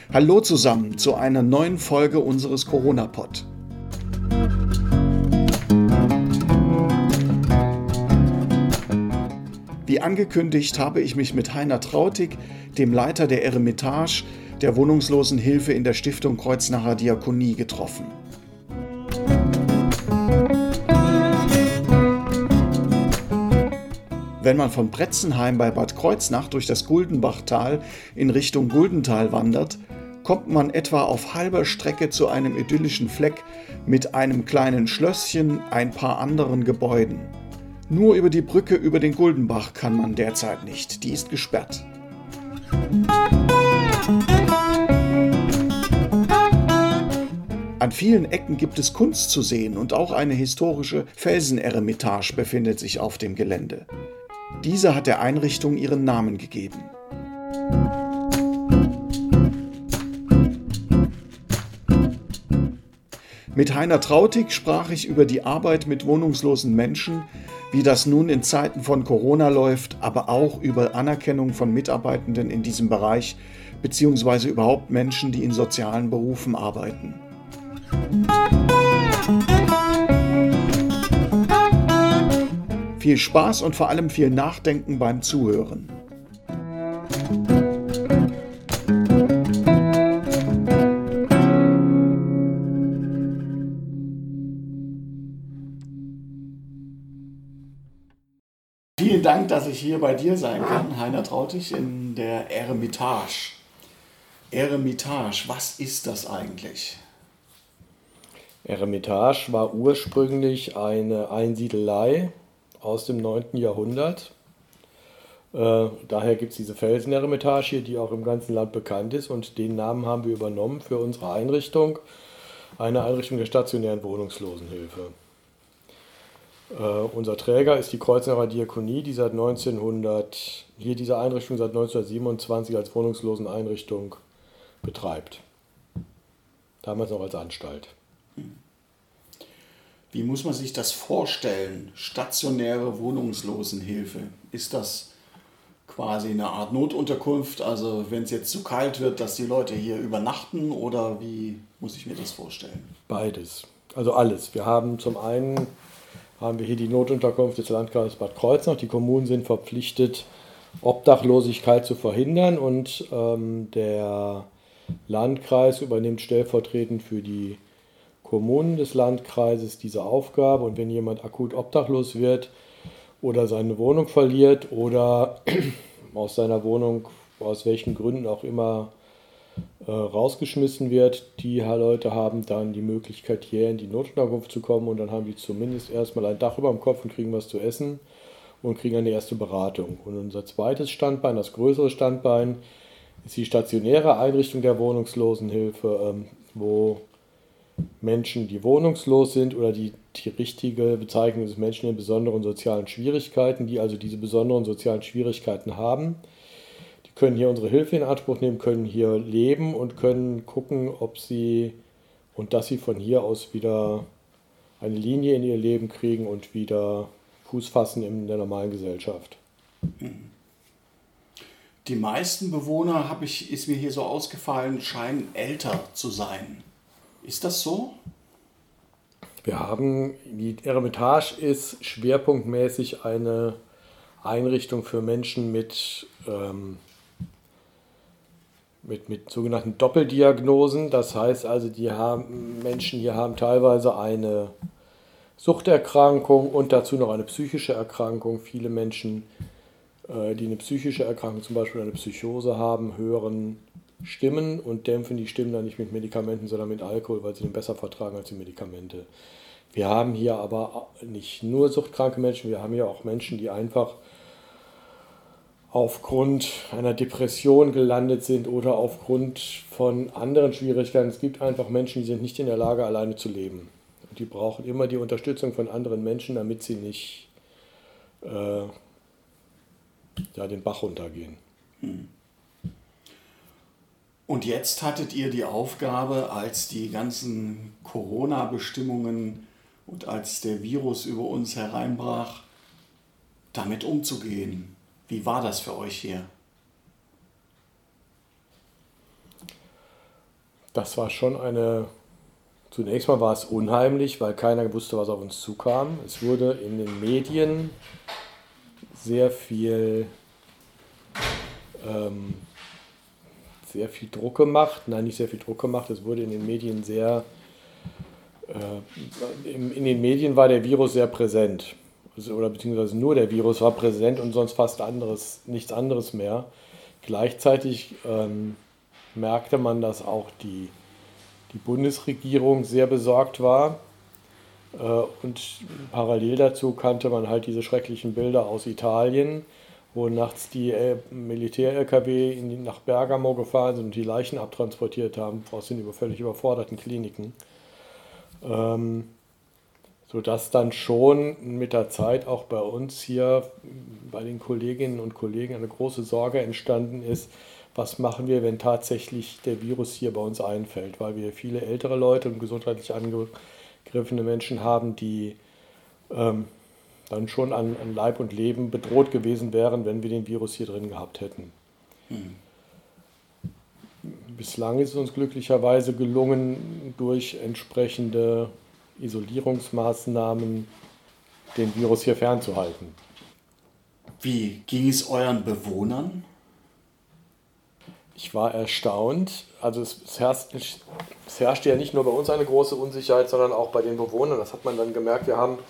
Hallo zusammen zu einer neuen Folge unseres Corona-Pod. Wie angekündigt habe ich mich mit Heiner Trautig, dem Leiter der Eremitage, der Wohnungslosenhilfe in der Stiftung Kreuznacher Diakonie, getroffen. Wenn man von Bretzenheim bei Bad Kreuznach durch das Guldenbachtal in Richtung Guldental wandert, kommt man etwa auf halber Strecke zu einem idyllischen Fleck mit einem kleinen Schlösschen, ein paar anderen Gebäuden. Nur über die Brücke über den Guldenbach kann man derzeit nicht, die ist gesperrt. An vielen Ecken gibt es Kunst zu sehen und auch eine historische Felseneremitage befindet sich auf dem Gelände. Diese hat der Einrichtung ihren Namen gegeben. Mit Heiner Trautig sprach ich über die Arbeit mit wohnungslosen Menschen, wie das nun in Zeiten von Corona läuft, aber auch über Anerkennung von Mitarbeitenden in diesem Bereich, beziehungsweise überhaupt Menschen, die in sozialen Berufen arbeiten. Viel Spaß und vor allem viel Nachdenken beim Zuhören. Vielen Dank, dass ich hier bei dir sein kann, Heiner Trautig, in der Eremitage. Eremitage, was ist das eigentlich? Eremitage war ursprünglich eine Einsiedelei aus dem 9. Jahrhundert. Daher gibt es diese Felseneremitage hier, die auch im ganzen Land bekannt ist, und den Namen haben wir übernommen für unsere Einrichtung, eine Einrichtung der stationären Wohnungslosenhilfe. Unser Träger ist die Kreuznacher Diakonie, die diese Einrichtung seit 1927 als Wohnungsloseneinrichtung betreibt. Damals noch als Anstalt. Wie muss man sich das vorstellen? Stationäre Wohnungslosenhilfe. Ist das quasi eine Art Notunterkunft? Also wenn es jetzt zu kalt wird, dass die Leute hier übernachten, oder wie muss ich mir das vorstellen? Beides. Also alles. Wir haben zum einen hier die Notunterkunft des Landkreises Bad Kreuznach. Die Kommunen sind verpflichtet, Obdachlosigkeit zu verhindern, und der Landkreis übernimmt stellvertretend für die Kommunen des Landkreises diese Aufgabe, und wenn jemand akut obdachlos wird oder seine Wohnung verliert oder aus seiner Wohnung, aus welchen Gründen auch immer, rausgeschmissen wird, die Leute haben dann die Möglichkeit, hier in die Notunterkunft zu kommen, und dann haben die zumindest erstmal ein Dach über dem Kopf und kriegen was zu essen und kriegen eine erste Beratung. Und unser zweites Standbein, das größere Standbein, ist die stationäre Einrichtung der Wohnungslosenhilfe, wo Menschen, die wohnungslos sind, oder die richtige Bezeichnung ist Menschen in besonderen sozialen Schwierigkeiten, die also diese besonderen sozialen Schwierigkeiten haben, die können hier unsere Hilfe in Anspruch nehmen, können hier leben und können gucken, dass sie von hier aus wieder eine Linie in ihr Leben kriegen und wieder Fuß fassen in der normalen Gesellschaft. Die meisten Bewohner, ist mir hier so ausgefallen, scheinen älter zu sein. Ist das so? Die Eremitage ist schwerpunktmäßig eine Einrichtung für Menschen mit sogenannten Doppeldiagnosen. Das heißt also, Menschen hier haben teilweise eine Suchterkrankung und dazu noch eine psychische Erkrankung. Viele Menschen, die eine psychische Erkrankung, zum Beispiel eine Psychose haben, hören Stimmen und dämpfen die Stimmen dann nicht mit Medikamenten, sondern mit Alkohol, weil sie den besser vertragen als die Medikamente. Wir haben hier aber nicht nur suchtkranke Menschen, wir haben hier auch Menschen, die einfach aufgrund einer Depression gelandet sind oder aufgrund von anderen Schwierigkeiten. Es gibt einfach Menschen, die sind nicht in der Lage, alleine zu leben. Und die brauchen immer die Unterstützung von anderen Menschen, damit sie nicht den Bach runtergehen. Und jetzt hattet ihr die Aufgabe, als die ganzen Corona-Bestimmungen und als der Virus über uns hereinbrach, damit umzugehen. Wie war das für euch hier? Das war schon zunächst mal war es unheimlich, weil keiner wusste, was auf uns zukam. Es wurde in den Medien sehr viel Druck gemacht. Nein, nicht sehr viel Druck gemacht. Es wurde in den Medien in den Medien war der Virus sehr präsent. Oder beziehungsweise nur der Virus war präsent und sonst fast nichts anderes mehr. Gleichzeitig merkte man, dass auch die Bundesregierung sehr besorgt war. Und parallel dazu kannte man halt diese schrecklichen Bilder aus Italien, wo nachts die Militär-LKW nach Bergamo gefahren sind und die Leichen abtransportiert haben aus den völlig überforderten Kliniken. Sodass dann schon mit der Zeit auch bei uns hier, bei den Kolleginnen und Kollegen, eine große Sorge entstanden ist, was machen wir, wenn tatsächlich der Virus hier bei uns einfällt, weil wir viele ältere Leute und gesundheitlich angegriffene Menschen haben, die dann schon an Leib und Leben bedroht gewesen wären, wenn wir den Virus hier drin gehabt hätten. Bislang ist es uns glücklicherweise gelungen, durch entsprechende Isolierungsmaßnahmen den Virus hier fernzuhalten. Wie ging es euren Bewohnern? Ich war erstaunt. Also es herrschte ja nicht nur bei uns eine große Unsicherheit, sondern auch bei den Bewohnern. Das hat man dann gemerkt. Wir haben,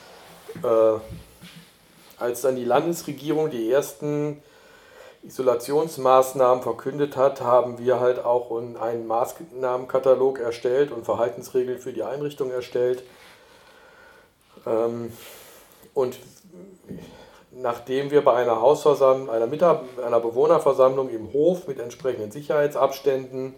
als dann die Landesregierung die ersten Isolationsmaßnahmen verkündet hat, haben wir halt auch einen Maßnahmenkatalog erstellt und Verhaltensregeln für die Einrichtung erstellt. Und nachdem wir bei einer Hausversammlung, einer Bewohnerversammlung im Hof mit entsprechenden Sicherheitsabständen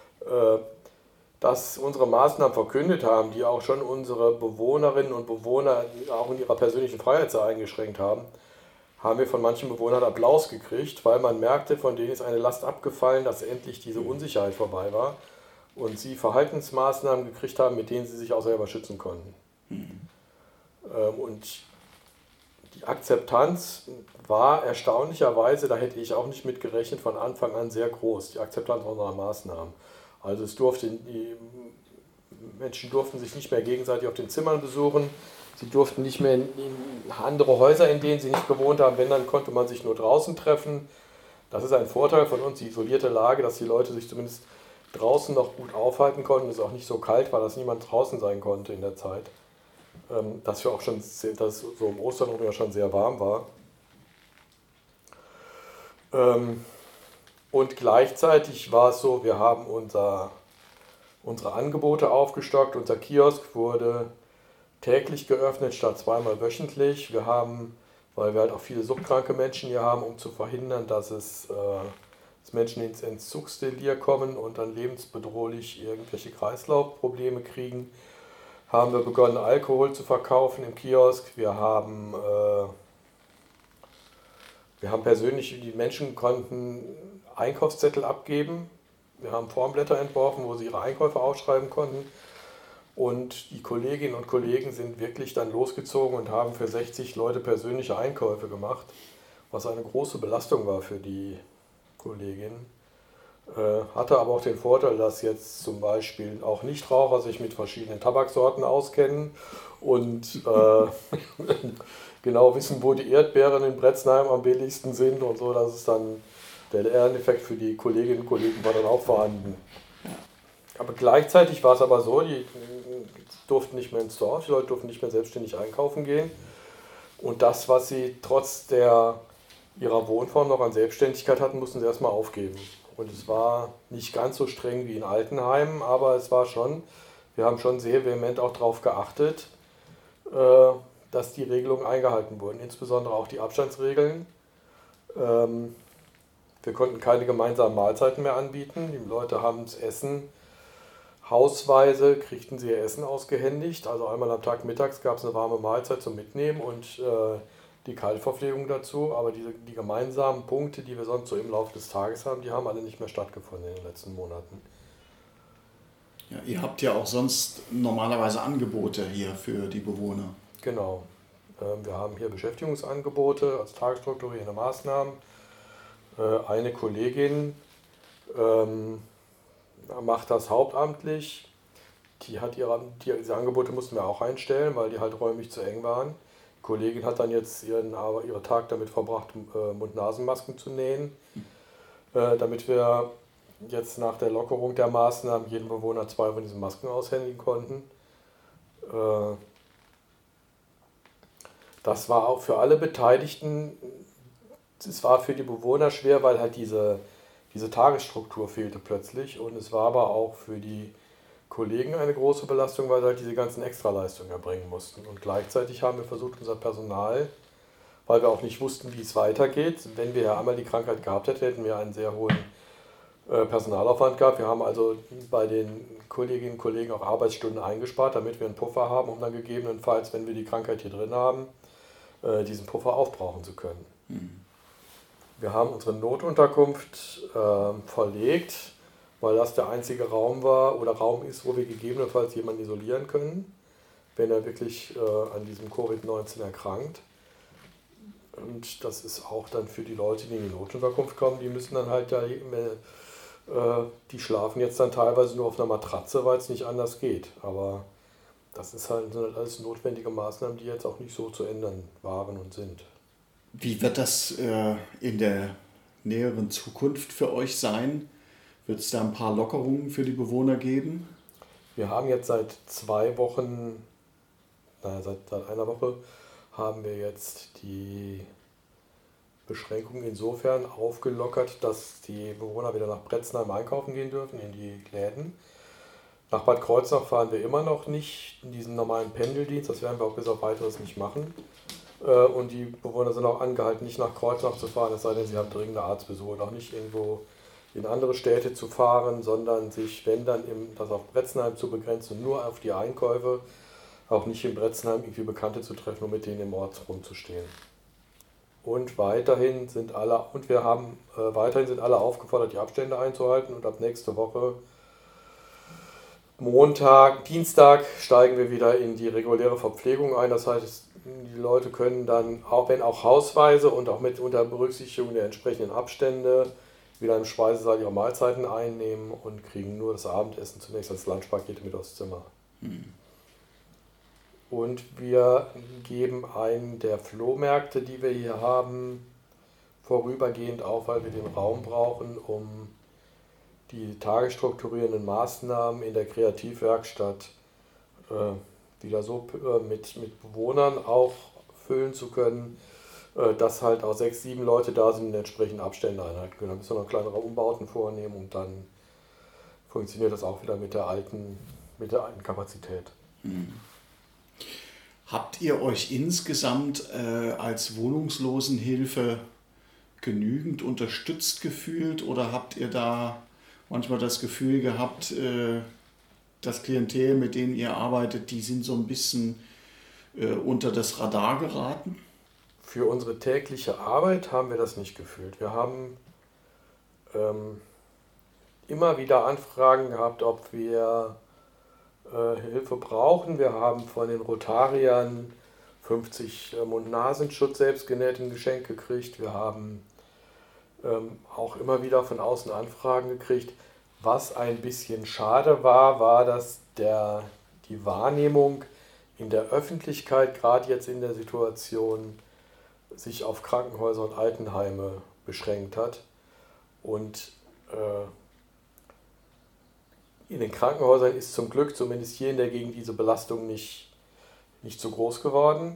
unsere Maßnahmen verkündet haben, die auch schon unsere Bewohnerinnen und Bewohner auch in ihrer persönlichen Freiheit sehr eingeschränkt haben, haben wir von manchen Bewohnern Applaus gekriegt, weil man merkte, von denen ist eine Last abgefallen, dass endlich diese Unsicherheit vorbei war und sie Verhaltensmaßnahmen gekriegt haben, mit denen sie sich auch selber schützen konnten. Und die Akzeptanz war erstaunlicherweise, da hätte ich auch nicht mit gerechnet, von Anfang an sehr groß, die Akzeptanz unserer Maßnahmen. Also die Menschen durften sich nicht mehr gegenseitig auf den Zimmern besuchen, sie durften nicht mehr in andere Häuser, in denen sie nicht gewohnt haben, wenn, dann konnte man sich nur draußen treffen. Das ist ein Vorteil von uns, die isolierte Lage, dass die Leute sich zumindest draußen noch gut aufhalten konnten, es auch nicht so kalt war, dass niemand draußen sein konnte in der Zeit. Dass so um Ostern rum ja schon sehr warm war. Und gleichzeitig war es so, wir haben unsere Angebote aufgestockt, unser Kiosk wurde täglich geöffnet statt zweimal wöchentlich. Wir haben, weil wir halt auch viele suchtkranke Menschen hier haben, um zu verhindern, dass Menschen ins Entzugsdelir kommen und dann lebensbedrohlich irgendwelche Kreislaufprobleme kriegen, haben wir begonnen, Alkohol zu verkaufen im Kiosk. Wir haben persönlich, die Menschen konnten Einkaufszettel abgeben. Wir haben Formblätter entworfen, wo sie ihre Einkäufe aufschreiben konnten. Und die Kolleginnen und Kollegen sind wirklich dann losgezogen und haben für 60 Leute persönliche Einkäufe gemacht, was eine große Belastung war für die Kolleginnen. Hatte aber auch den Vorteil, dass jetzt zum Beispiel auch Nichtraucher sich mit verschiedenen Tabaksorten auskennen und genau wissen, wo die Erdbeeren in Bretzenheim am billigsten sind und so, dass es dann der Lerneffekt für die Kolleginnen und Kollegen war dann auch vorhanden. Aber gleichzeitig war es aber so, die durften nicht mehr ins Dorf, die Leute durften nicht mehr selbstständig einkaufen gehen. Und das, was sie trotz ihrer Wohnform noch an Selbstständigkeit hatten, mussten sie erstmal aufgeben. Und es war nicht ganz so streng wie in Altenheimen, aber es war schon, wir haben schon sehr vehement auch darauf geachtet, dass die Regelungen eingehalten wurden, insbesondere auch die Abstandsregeln. Wir konnten keine gemeinsamen Mahlzeiten mehr anbieten, die Leute haben das Essen hausweise, kriegten sie ihr Essen ausgehändigt, also einmal am Tag mittags gab es eine warme Mahlzeit zum Mitnehmen und die Kaltverpflegung dazu, aber die gemeinsamen Punkte, die wir sonst so im Laufe des Tages haben, die haben alle nicht mehr stattgefunden in den letzten Monaten. Ja, ihr habt ja auch sonst normalerweise Angebote hier für die Bewohner. Genau. Wir haben hier Beschäftigungsangebote als tagesstrukturierende Maßnahmen. Eine Kollegin macht das hauptamtlich. Diese Angebote mussten wir auch einstellen, weil die halt räumlich zu eng waren. Die Kollegin hat dann jetzt ihren Tag damit verbracht, Mund-Nasen-Masken zu nähen, damit wir jetzt nach der Lockerung der Maßnahmen jedem Bewohner 2 von diesen Masken aushändigen konnten. Das war auch für alle Beteiligten, es war für die Bewohner schwer, weil halt diese Tagesstruktur fehlte plötzlich, und es war aber auch für die Kollegen eine große Belastung, weil sie halt diese ganzen Extraleistungen erbringen mussten. Und gleichzeitig haben wir versucht, unser Personal, weil wir auch nicht wussten, wie es weitergeht, wenn wir ja einmal die Krankheit gehabt hätten, hätten wir einen sehr hohen Personalaufwand gehabt. Wir haben also bei den Kolleginnen und Kollegen auch Arbeitsstunden eingespart, damit wir einen Puffer haben, um dann gegebenenfalls, wenn wir die Krankheit hier drin haben, diesen Puffer aufbrauchen zu können. Wir haben unsere Notunterkunft verlegt, weil das der einzige Raum war oder Raum ist, wo wir gegebenenfalls jemanden isolieren können, wenn er wirklich an diesem Covid-19 erkrankt. Und das ist auch dann für die Leute, die in die Notunterkunft kommen, die müssen dann halt die schlafen jetzt dann teilweise nur auf einer Matratze, weil es nicht anders geht. Aber das sind halt alles notwendige Maßnahmen, die jetzt auch nicht so zu ändern waren und sind. Wie wird das in der näheren Zukunft für euch sein? Wird es da ein paar Lockerungen für die Bewohner geben? Wir haben jetzt seit 2 Wochen, seit einer Woche, haben wir jetzt die Beschränkungen insofern aufgelockert, dass die Bewohner wieder nach Bretzenheim einkaufen gehen dürfen, in die Läden. Nach Bad Kreuznach fahren wir immer noch nicht in diesen normalen Pendeldienst, das werden wir auch bis auf Weiteres nicht machen. Und die Bewohner sind auch angehalten, nicht nach Kreuznach zu fahren, es sei denn, sie haben dringende Arztbesuche, und auch nicht irgendwo in andere Städte zu fahren, sondern sich, wenn dann, das auf Bretzenheim zu begrenzen und nur auf die Einkäufe, auch nicht in Bretzenheim irgendwie Bekannte zu treffen und mit denen im Ort rumzustehen. Und weiterhin sind alle aufgefordert, die Abstände einzuhalten, und ab nächste Woche Dienstag steigen wir wieder in die reguläre Verpflegung ein. Das heißt, die Leute können dann, auch wenn auch hausweise und auch mit unter Berücksichtigung der entsprechenden Abstände, wieder im Speisesaal ihre Mahlzeiten einnehmen und kriegen nur das Abendessen zunächst als Lunchpakete mit aufs Zimmer. Und wir geben einen der Flohmärkte, die wir hier haben, vorübergehend auf, weil wir den Raum brauchen, um die tagesstrukturierenden Maßnahmen in der Kreativwerkstatt wieder so mit Bewohnern auffüllen zu können, dass halt auch 6, 7 Leute da sind und entsprechende Abstände einhalten können. Dann müssen wir noch kleinere Umbauten vornehmen, und dann funktioniert das auch wieder mit der alten Kapazität. Habt ihr euch insgesamt als Wohnungslosenhilfe genügend unterstützt gefühlt, oder habt ihr da manchmal das Gefühl gehabt, das Klientel, mit denen ihr arbeitet, die sind so ein bisschen unter das Radar geraten? Für unsere tägliche Arbeit haben wir das nicht gefühlt. Wir haben immer wieder Anfragen gehabt, ob wir Hilfe brauchen. Wir haben von den Rotariern 50 Mund-Nasenschutz selbstgenäht im Geschenk gekriegt. Wir haben auch immer wieder von außen Anfragen gekriegt. Was ein bisschen schade war, dass die Wahrnehmung in der Öffentlichkeit, gerade jetzt in der Situation, sich auf Krankenhäuser und Altenheime beschränkt hat. Und in den Krankenhäusern ist zum Glück, zumindest hier in der Gegend, diese Belastung nicht so groß geworden.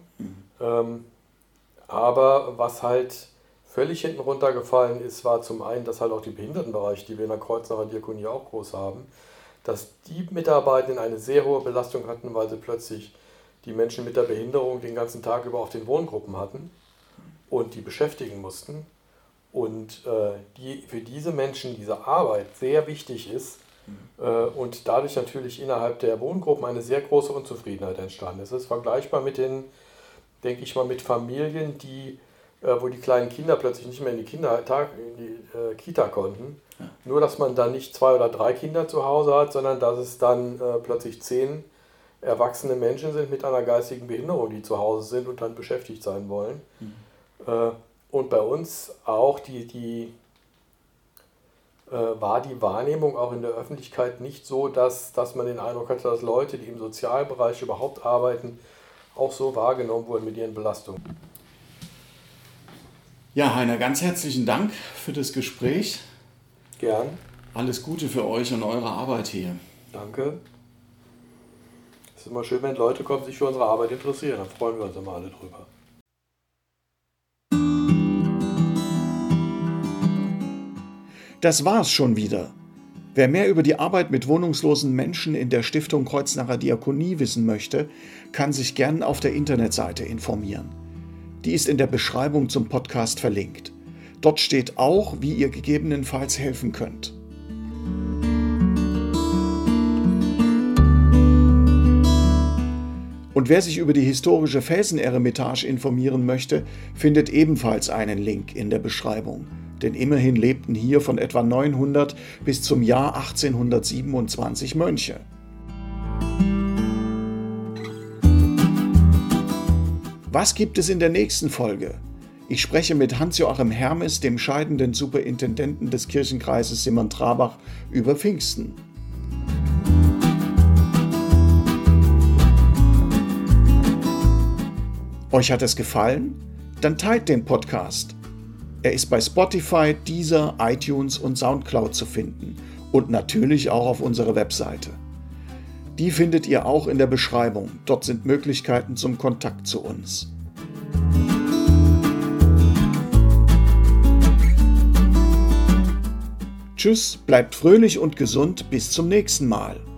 Aber was halt völlig hinten runtergefallen ist, war zum einen, dass halt auch die Behindertenbereiche, die wir in der Kreuznacher Diakonie auch groß haben, dass die Mitarbeitenden eine sehr hohe Belastung hatten, weil sie plötzlich die Menschen mit der Behinderung den ganzen Tag über auf den Wohngruppen hatten und die beschäftigen mussten. Und für diese Menschen diese Arbeit sehr wichtig ist, und dadurch natürlich innerhalb der Wohngruppen eine sehr große Unzufriedenheit entstanden ist. Es ist vergleichbar mit mit Familien, wo die kleinen Kinder plötzlich nicht mehr in die Kita konnten. Ja. Nur, dass man dann nicht 2 oder 3 Kinder zu Hause hat, sondern dass es dann plötzlich 10 erwachsene Menschen sind mit einer geistigen Behinderung, die zu Hause sind und dann beschäftigt sein wollen. Und bei uns auch die war die Wahrnehmung auch in der Öffentlichkeit nicht so, dass man den Eindruck hatte, dass Leute, die im Sozialbereich überhaupt arbeiten, auch so wahrgenommen wurden mit ihren Belastungen. Ja, Heiner, ganz herzlichen Dank für das Gespräch. Gern. Alles Gute für euch und eure Arbeit hier. Danke. Es ist immer schön, wenn Leute kommen, sich für unsere Arbeit interessieren. Da freuen wir uns immer alle drüber. Das war's schon wieder. Wer mehr über die Arbeit mit wohnungslosen Menschen in der Stiftung Kreuznacher Diakonie wissen möchte, kann sich gern auf der Internetseite informieren. Die ist in der Beschreibung zum Podcast verlinkt. Dort steht auch, wie ihr gegebenenfalls helfen könnt. Und wer sich über die historische Felseneremitage informieren möchte, findet ebenfalls einen Link in der Beschreibung. Denn immerhin lebten hier von etwa 900 bis zum Jahr 1827 Mönche. Was gibt es in der nächsten Folge? Ich spreche mit Hans-Joachim Hermes, dem scheidenden Superintendenten des Kirchenkreises Simmern-Trarbach, über Pfingsten. Euch hat es gefallen? Dann teilt den Podcast. Er ist bei Spotify, Deezer, iTunes und Soundcloud zu finden und natürlich auch auf unserer Webseite. Die findet ihr auch in der Beschreibung. Dort sind Möglichkeiten zum Kontakt zu uns. Tschüss, bleibt fröhlich und gesund, bis zum nächsten Mal.